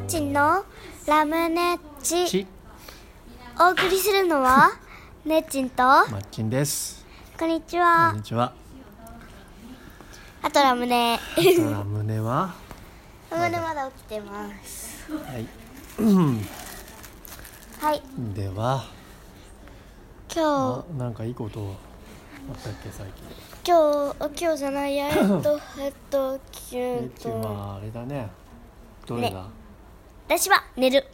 ちのラムネッチ。お送りするのはねっちんとマッチンです。 こんにちは。 こんにちは。 あとラムネラムネはラムネまだ起きてます。 はいはい。 では今なんかいいことあったっけ最日じゃないや近はあれだね。どれだ、 ね、私は寝る。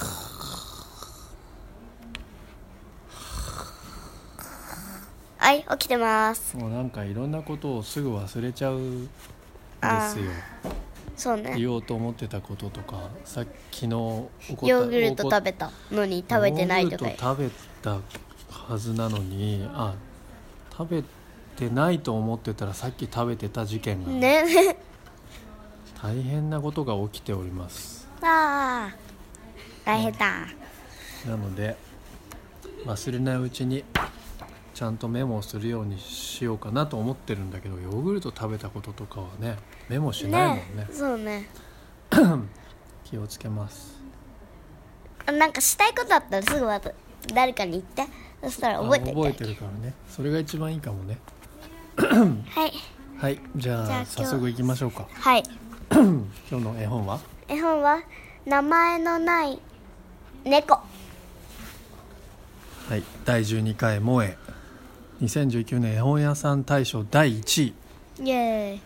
はい、起きてます。 もうなんかいろんなことをすぐ忘れちゃうんですよ。 そうね。 言おうと思ってたこととか、昨日ヨーグルト食べたのに食べてないとか。 ヨーグルト食べたはずなのに、食べてないと思ってたらさっき食べてた事件がね大変なことが起きております。 大変だ。 なので忘れないうちにちゃんとメモをするようにしようかなと思ってるんだけど、ヨーグルト食べたこととかはねメモしないもんね。 そうね気をつけます。 なんかしたいことあったらすぐ誰かに言って、そしたら覚えてるからね。それが一番いいかもねはいはい、じゃあ早速行きましょうか。 はい今日の絵本は名前のない猫。 はい、第12回萌え2019年絵本屋さん大賞第1位。 イエ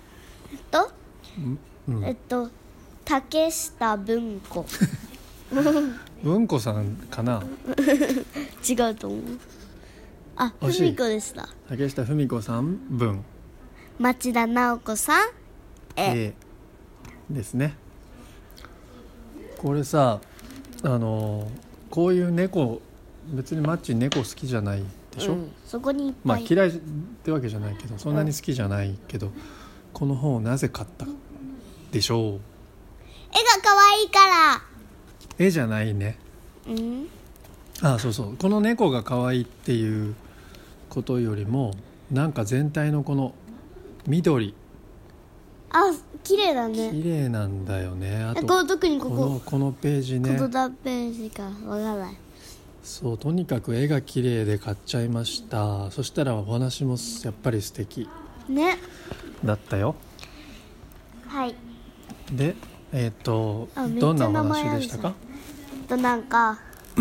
ーイ。竹下文子文子さんかな違うと思う。文子でした。 竹下文子さん文、 町田直子さん絵ですね。これさ、こういう猫、別にマッチ猫好きじゃないでしょ、 そこにいっぱい、 嫌いってわけじゃないけど、そんなに好きじゃないけど、この本をなぜ買ったでしょう。 絵が可愛いから。 絵じゃないね。そうそう、この猫が可愛いっていうことよりも、なんか全体のこの緑、 綺麗だね。 綺麗なんだよね。あと特にこのページね。 このページかわからない。 そう、とにかく絵が綺麗で買っちゃいました。そしたらお話もやっぱり素敵ねだったよ。 はい。 でどんなお話でしたか。 なんか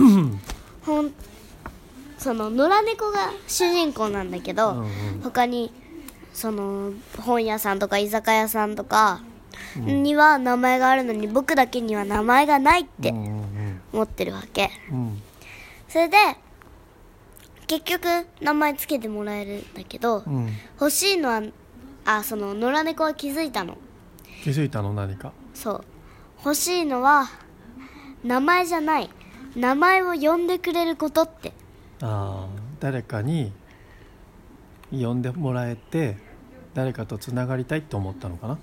その野良猫が主人公なんだけど、他にその本屋さんとか居酒屋さんとかには名前があるのに、僕だけには名前がないって思ってるわけ。それで結局名前つけてもらえるんだけど、欲しいのはその野良猫は気づいたの。 何か。 そう欲しいのは名前じゃない、名前を呼んでくれることって。 誰かに呼んでもらえて、誰かとつながりたいって思ったのかな。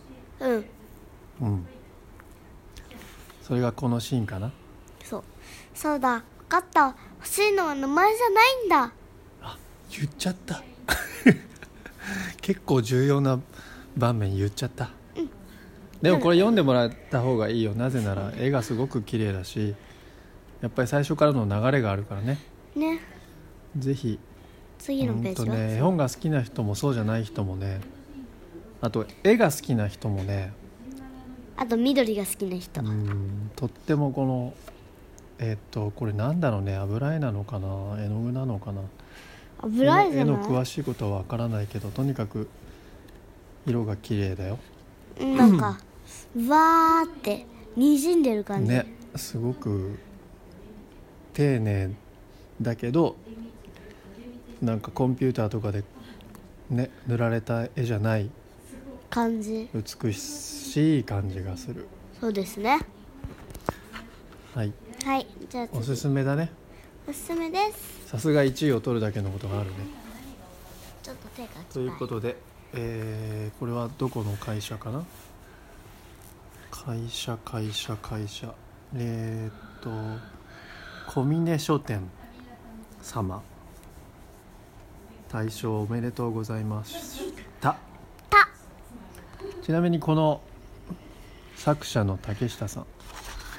それがこのシーンかな。 そうだ、分かった。欲しいのは名前じゃないんだ。 言っちゃった結構重要な場面言っちゃった。でもこれ読んでもらった方がいいよ。なぜなら絵がすごく綺麗だし、やっぱり最初からの流れがあるからね。ぜひ次のページは、 絵本が好きな人もそうじゃない人もね、あと絵が好きな人もね、 あと緑が好きな人、 とってもこのこれなんだろうね、油絵なのかな、絵の具なのかな。 油絵じゃない。 絵の詳しいことはわからないけど、とにかく色が綺麗だよ。 なんかわーって滲んでる感じね、すごく丁寧だけど、なんかコンピューターとかでね塗られた絵じゃない感じ、 美しい感じがする。 そうですね。 はい、 じゃあおすすめだね。 おすすめです。 さすが1位を取るだけのことがあるね。 ちょっと手が痛いということで、これはどこの会社かな。会社小峰書店様、大賞おめでとうございました。ちなみにこの作者の竹下さん、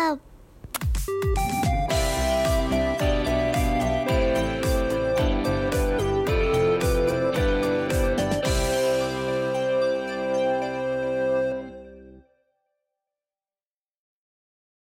した。